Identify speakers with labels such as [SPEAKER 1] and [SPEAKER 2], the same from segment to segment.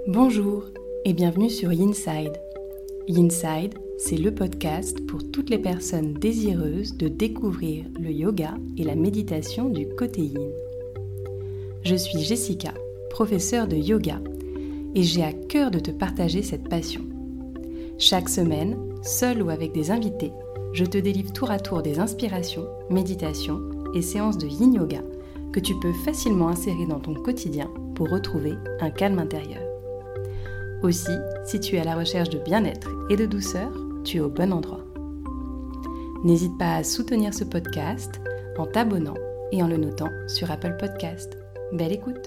[SPEAKER 1] Bonjour et bienvenue sur Yinside. Yinside, c'est le podcast pour toutes les personnes désireuses de découvrir le yoga et la méditation du côté yin. Je suis Jessica, professeure de yoga, et j'ai à cœur de te partager cette passion. Chaque semaine, seule ou avec des invités, je te délivre tour à tour des inspirations, méditations et séances de yin yoga que tu peux facilement insérer dans ton quotidien pour retrouver un calme intérieur. Aussi, si tu es à la recherche de bien-être et de douceur, tu es au bon endroit. N'hésite pas à soutenir ce podcast en t'abonnant et en le notant sur Apple Podcast. Belle écoute!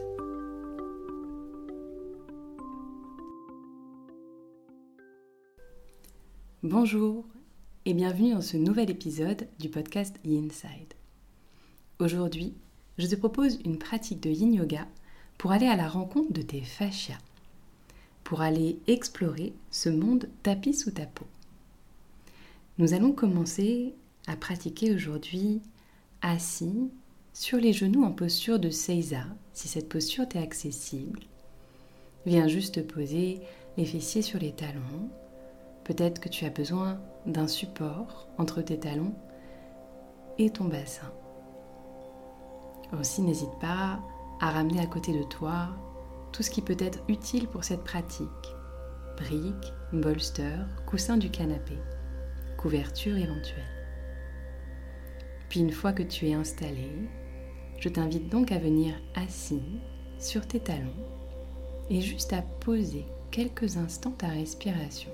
[SPEAKER 1] Bonjour et bienvenue dans ce nouvel épisode du podcast Yinside. Aujourd'hui, je te propose une pratique de yin yoga pour aller à la rencontre de tes fascias, pour aller explorer ce monde tapis sous ta peau. Nous allons commencer à pratiquer aujourd'hui assis sur les genoux en posture de Seiza, si cette posture t'est accessible. Viens juste poser les fessiers sur les talons. Peut-être que tu as besoin d'un support entre tes talons et ton bassin. Aussi, n'hésite pas à ramener à côté de toi tout ce qui peut être utile pour cette pratique. Briques, bolster, coussin du canapé, couverture éventuelle. Puis une fois que tu es installé, je t'invite donc à venir assis sur tes talons et juste à poser quelques instants ta respiration.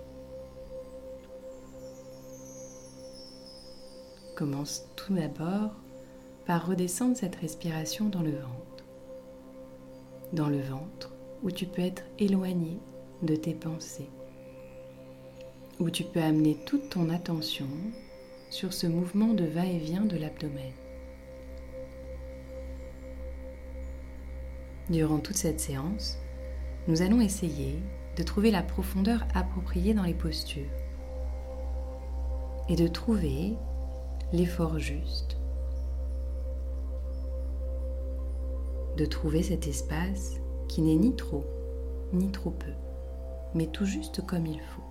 [SPEAKER 1] Commence tout d'abord par redescendre cette respiration dans le ventre. Dans le ventre où tu peux être éloigné de tes pensées, où tu peux amener toute ton attention sur ce mouvement de va-et-vient de l'abdomen. Durant toute cette séance, nous allons essayer de trouver la profondeur appropriée dans les postures et de trouver l'effort juste, de trouver cet espace qui n'est ni trop ni trop peu, mais tout juste comme il faut.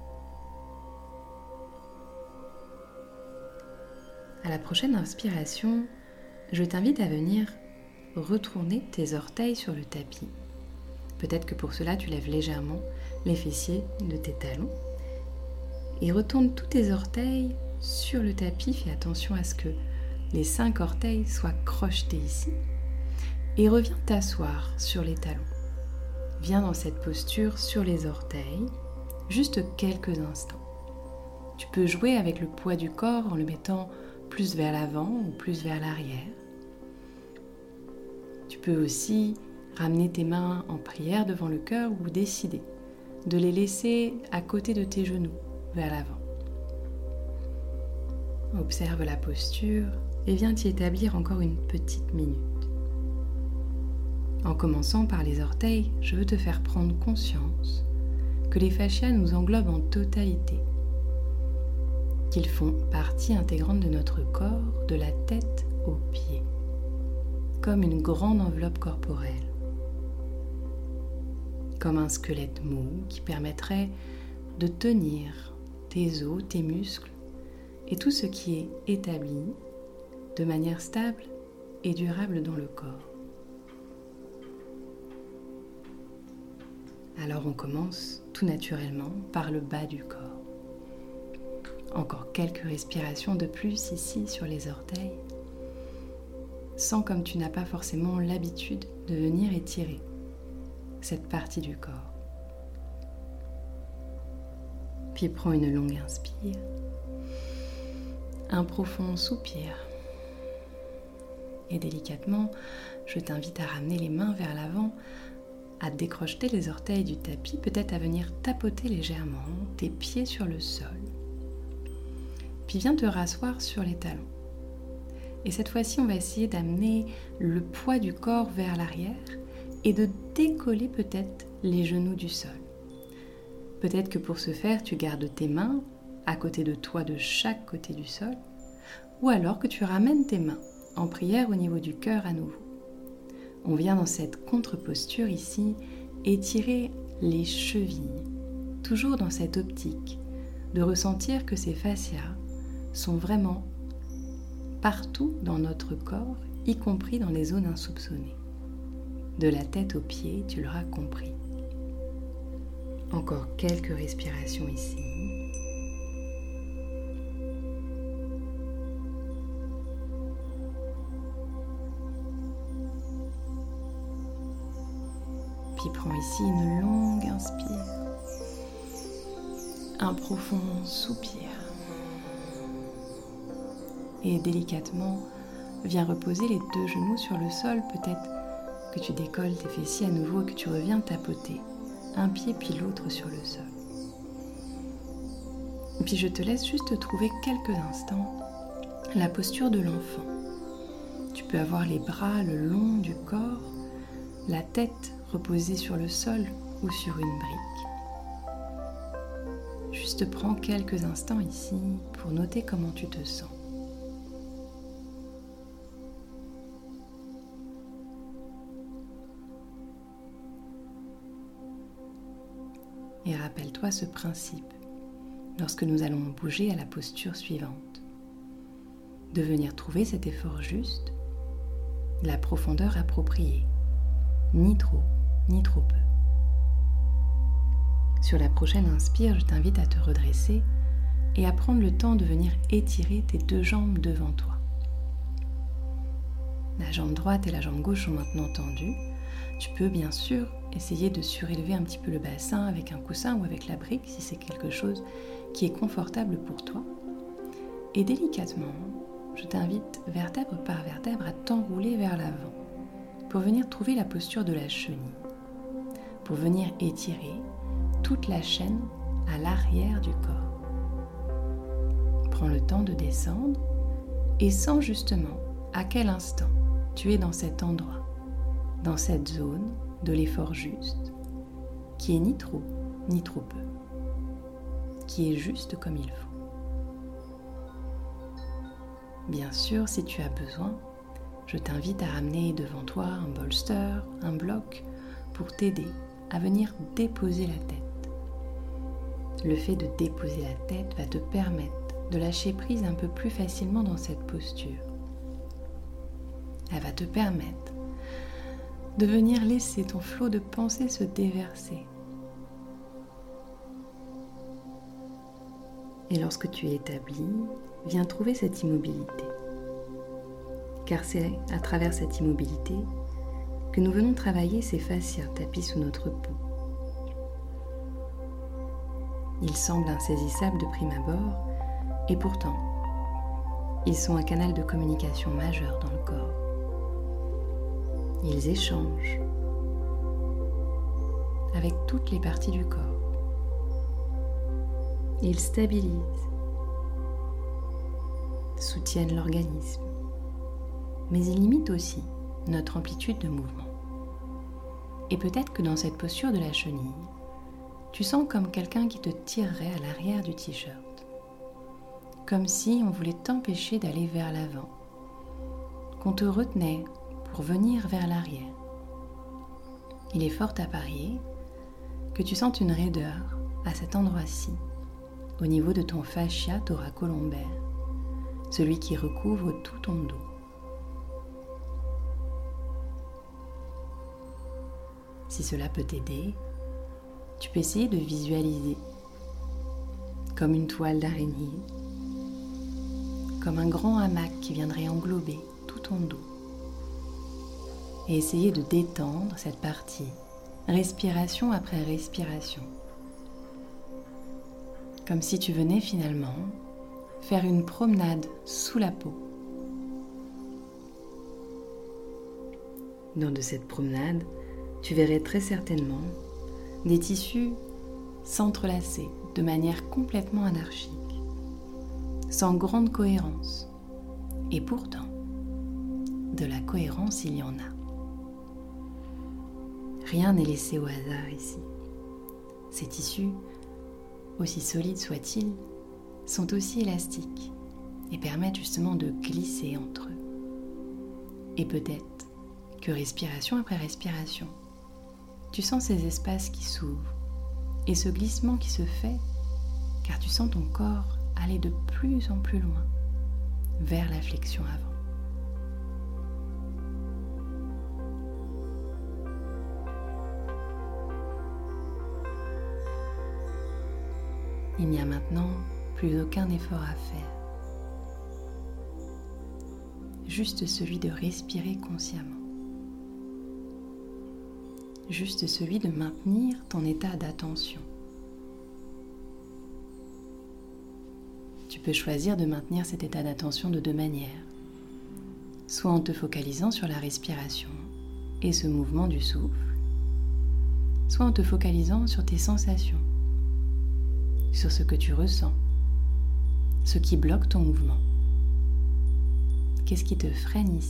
[SPEAKER 1] À la prochaine inspiration, je t'invite à venir retourner tes orteils sur le tapis. Peut-être que pour cela, tu lèves légèrement les fessiers de tes talons et retourne tous tes orteils sur le tapis. Fais attention à ce que les 5 orteils soient crochetés ici et reviens t'asseoir sur les talons. Viens dans cette posture sur les orteils, juste quelques instants. Tu peux jouer avec le poids du corps en le mettant plus vers l'avant ou plus vers l'arrière. Tu peux aussi ramener tes mains en prière devant le cœur ou décider de les laisser à côté de tes genoux, vers l'avant. Observe la posture et viens t'y établir encore une petite minute. En commençant par les orteils, je veux te faire prendre conscience que les fascias nous englobent en totalité, qu'ils font partie intégrante de notre corps, de la tête aux pieds, comme une grande enveloppe corporelle, comme un squelette mou qui permettrait de tenir tes os, tes muscles et tout ce qui est établi de manière stable et durable dans le corps. Alors on commence tout naturellement par le bas du corps. Encore quelques respirations de plus ici sur les orteils. Sens comme tu n'as pas forcément l'habitude de venir étirer cette partie du corps. Puis prends une longue inspire, un profond soupir. Et délicatement, je t'invite à ramener les mains vers l'avant, à décrocher les orteils du tapis, peut-être à venir tapoter légèrement tes pieds sur le sol. Puis viens te rasseoir sur les talons. Et cette fois-ci, on va essayer d'amener le poids du corps vers l'arrière et de décoller peut-être les genoux du sol. Peut-être que pour ce faire, tu gardes tes mains à côté de toi de chaque côté du sol, ou alors que tu ramènes tes mains en prière au niveau du cœur à nouveau. On vient dans cette contre-posture ici étirer les chevilles, toujours dans cette optique de ressentir que ces fascias sont vraiment partout dans notre corps, y compris dans les zones insoupçonnées. De la tête aux pieds, tu l'auras compris. Encore quelques respirations ici. Puis prends ici une longue inspire, un profond soupir. Et délicatement, viens reposer les deux genoux sur le sol. Peut-être que tu décolles tes fessiers à nouveau et que tu reviens tapoter un pied puis l'autre sur le sol. Et puis je te laisse juste trouver quelques instants la posture de l'enfant. Tu peux avoir les bras le long du corps, la tête reposée sur le sol ou sur une brique. Juste prends quelques instants ici pour noter comment tu te sens. Et rappelle-toi ce principe lorsque nous allons bouger à la posture suivante. De venir trouver cet effort juste, la profondeur appropriée, ni trop, ni trop peu. Sur la prochaine inspire, je t'invite à te redresser et à prendre le temps de venir étirer tes deux jambes devant toi. La jambe droite et la jambe gauche sont maintenant tendues. Tu peux bien sûr essayer de surélever un petit peu le bassin avec un coussin ou avec la brique si c'est quelque chose qui est confortable pour toi. Et délicatement, je t'invite vertèbre par vertèbre à t'enrouler vers l'avant pour venir trouver la posture de la chenille, pour venir étirer toute la chaîne à l'arrière du corps. Prends le temps de descendre et sens justement à quel instant tu es dans cet endroit, dans cette zone de l'effort juste, qui est ni trop peu, qui est juste comme il faut. Bien sûr, si tu as besoin, je t'invite à ramener devant toi un bolster, un bloc, pour t'aider à venir déposer la tête. Le fait de déposer la tête va te permettre de lâcher prise un peu plus facilement dans cette posture. Elle va te permettre de venir laisser ton flot de pensée se déverser. Et lorsque tu es établi, viens trouver cette immobilité. Car c'est à travers cette immobilité que nous venons travailler ces fascias tapis sous notre peau. Ils semblent insaisissables de prime abord, et pourtant, ils sont un canal de communication majeur dans le corps. Ils échangent avec toutes les parties du corps. Ils stabilisent, soutiennent l'organisme, mais ils limitent aussi notre amplitude de mouvement. Et peut-être que dans cette posture de la chenille, tu sens comme quelqu'un qui te tirerait à l'arrière du t-shirt, comme si on voulait t'empêcher d'aller vers l'avant, qu'on te retenait pour venir vers l'arrière. Il est fort à parier que tu sentes une raideur à cet endroit-ci, au niveau de ton fascia thoracolombaire, celui qui recouvre tout ton dos. Si cela peut t'aider, tu peux essayer de visualiser comme une toile d'araignée, comme un grand hamac qui viendrait englober tout ton dos. Et essayer de détendre cette partie, respiration après respiration. Comme si tu venais finalement faire une promenade sous la peau. Lors de cette promenade, tu verrais très certainement des tissus s'entrelacer de manière complètement anarchique, sans grande cohérence. Et pourtant, de la cohérence, il y en a. Rien n'est laissé au hasard ici. Ces tissus, aussi solides soient-ils, sont aussi élastiques et permettent justement de glisser entre eux. Et peut-être que respiration après respiration, tu sens ces espaces qui s'ouvrent et ce glissement qui se fait car tu sens ton corps aller de plus en plus loin vers la flexion avant. Il n'y a maintenant plus aucun effort à faire, juste celui de respirer consciemment, juste celui de maintenir ton état d'attention. Tu peux choisir de maintenir cet état d'attention de deux manières, soit en te focalisant sur la respiration et ce mouvement du souffle, soit en te focalisant sur tes sensations, sur ce que tu ressens, ce qui bloque ton mouvement. Qu'est-ce qui te freine ici ?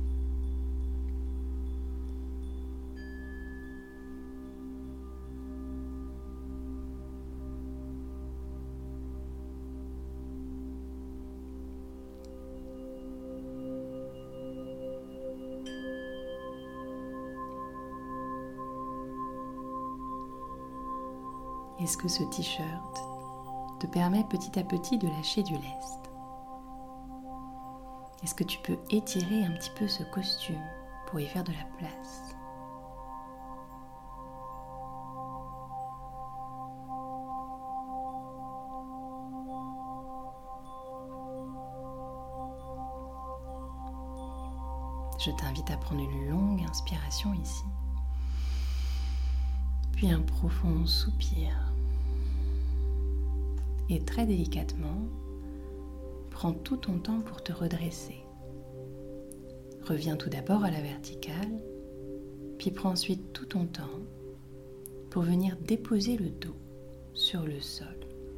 [SPEAKER 1] Est-ce que ce t-shirt te permet petit à petit de lâcher du lest ? Est-ce que tu peux étirer un petit peu ce costume pour y faire de la place ? Je t'invite à prendre une longue inspiration ici, puis un profond soupir. Et très délicatement, prends tout ton temps pour te redresser. Reviens tout d'abord à la verticale, puis prends ensuite tout ton temps pour venir déposer le dos sur le sol.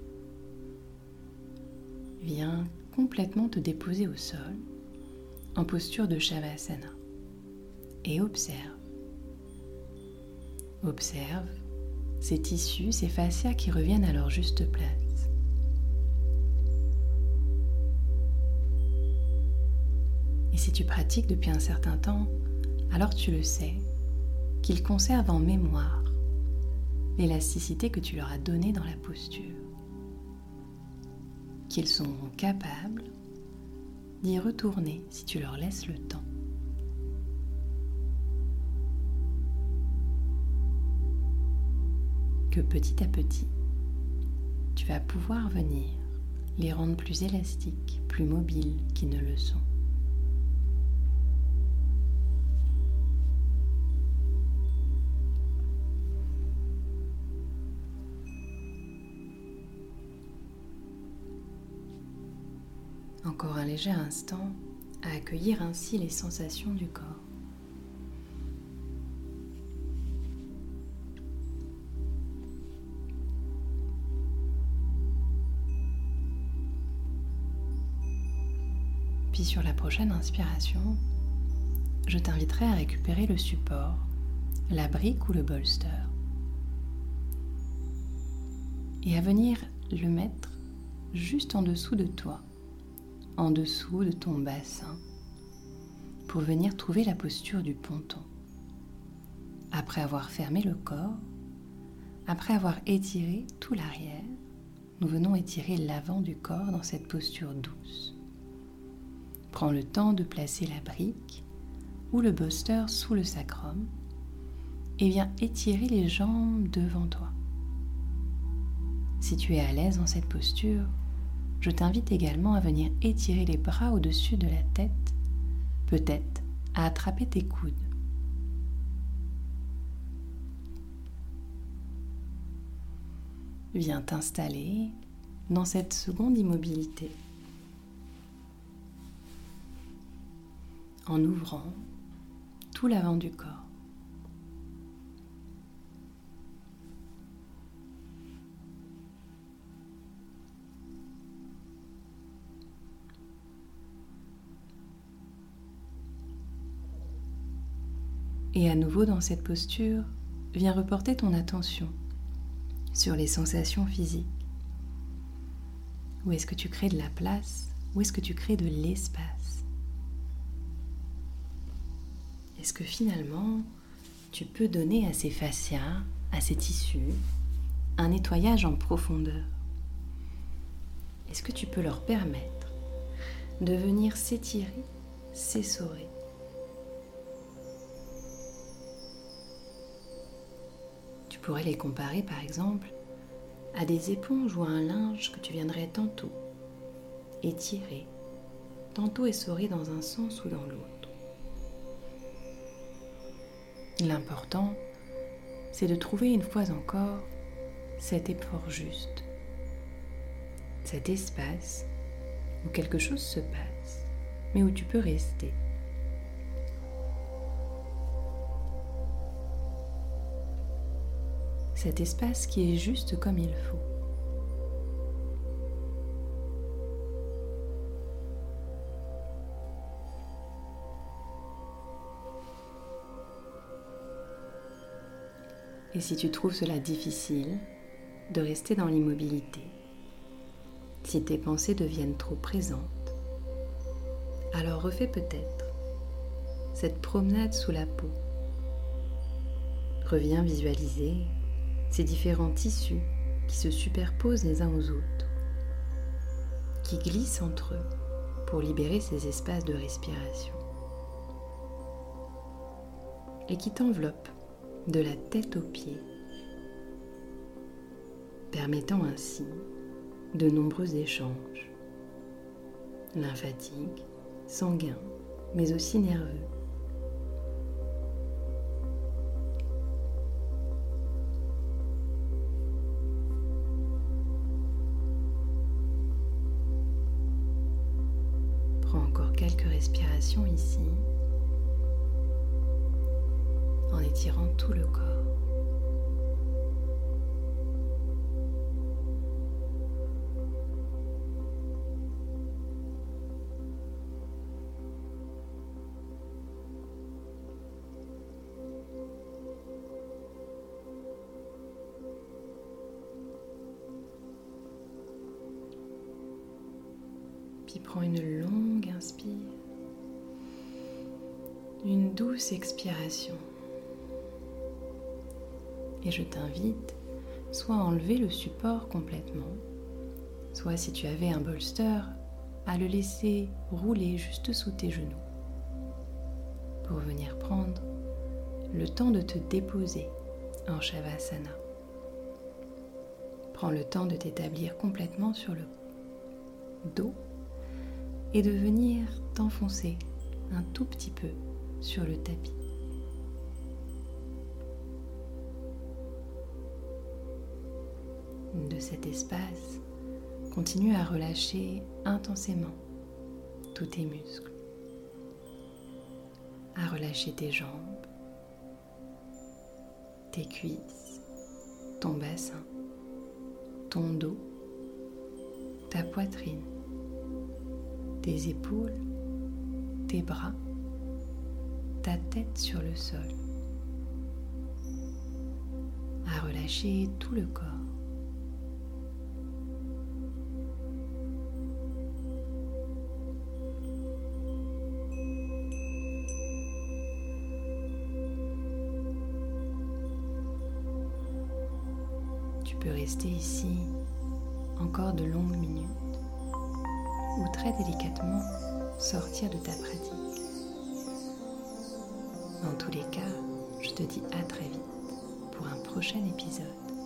[SPEAKER 1] Viens complètement te déposer au sol en posture de Shavasana et observe. Observe ces tissus, ces fascias qui reviennent à leur juste place. Et si tu pratiques depuis un certain temps, alors tu le sais, qu'ils conservent en mémoire l'élasticité que tu leur as donnée dans la posture, qu'ils sont capables d'y retourner si tu leur laisses le temps. Que petit à petit, tu vas pouvoir venir les rendre plus élastiques, plus mobiles qu'ils ne le sont. Encore un léger instant à accueillir ainsi les sensations du corps. Puis sur la prochaine inspiration, je t'inviterai à récupérer le support, la brique ou le bolster, et à venir le mettre juste en dessous de toi, en dessous de ton bassin, pour venir trouver la posture du ponton. Après avoir fermé le corps, après avoir étiré tout l'arrière, nous venons étirer l'avant du corps dans cette posture douce. Prends le temps de placer la brique ou le bolster sous le sacrum et viens étirer les jambes devant toi. Si tu es à l'aise dans cette posture, je t'invite également à venir étirer les bras au-dessus de la tête, peut-être à attraper tes coudes. Viens t'installer dans cette seconde immobilité en ouvrant tout l'avant du corps. Et à nouveau dans cette posture, viens reporter ton attention sur les sensations physiques. Où est-ce que tu crées de la place? Où est-ce que tu crées de l'espace? Est-ce que finalement, tu peux donner à ces fascias, à ces tissus, un nettoyage en profondeur. Est-ce que tu peux leur permettre de venir s'étirer, s'essorer? Tu pourrais les comparer par exemple à des éponges ou à un linge que tu viendrais tantôt étirer, tantôt essorer dans un sens ou dans l'autre. L'important, c'est de trouver une fois encore cet effort juste, cet espace où quelque chose se passe, mais où tu peux rester. Cet espace qui est juste comme il faut. Et si tu trouves cela difficile, de rester dans l'immobilité, si tes pensées deviennent trop présentes, alors refais peut-être cette promenade sous la peau. Reviens visualiser ces différents tissus qui se superposent les uns aux autres, qui glissent entre eux pour libérer ces espaces de respiration et qui t'enveloppent de la tête aux pieds, permettant ainsi de nombreux échanges lymphatiques, sanguins, mais aussi nerveux. Prends encore quelques respirations ici, en étirant tout le corps. Puis prends une longue inspire, une douce expiration. Et je t'invite soit à enlever le support complètement, soit si tu avais un bolster, à le laisser rouler juste sous tes genoux pour venir prendre le temps de te déposer en Shavasana. Prends le temps de t'établir complètement sur le dos et de venir t'enfoncer un tout petit peu sur le tapis. De cet espace, continue à relâcher intensément tous tes muscles, à relâcher tes jambes, tes cuisses, ton bassin, ton dos, ta poitrine, tes épaules, tes bras, ta tête sur le sol, à relâcher tout le corps. Tu peux rester ici encore de longues minutes ou très délicatement sortir de ta pratique. Dans tous les cas, je te dis à très vite pour un prochain épisode.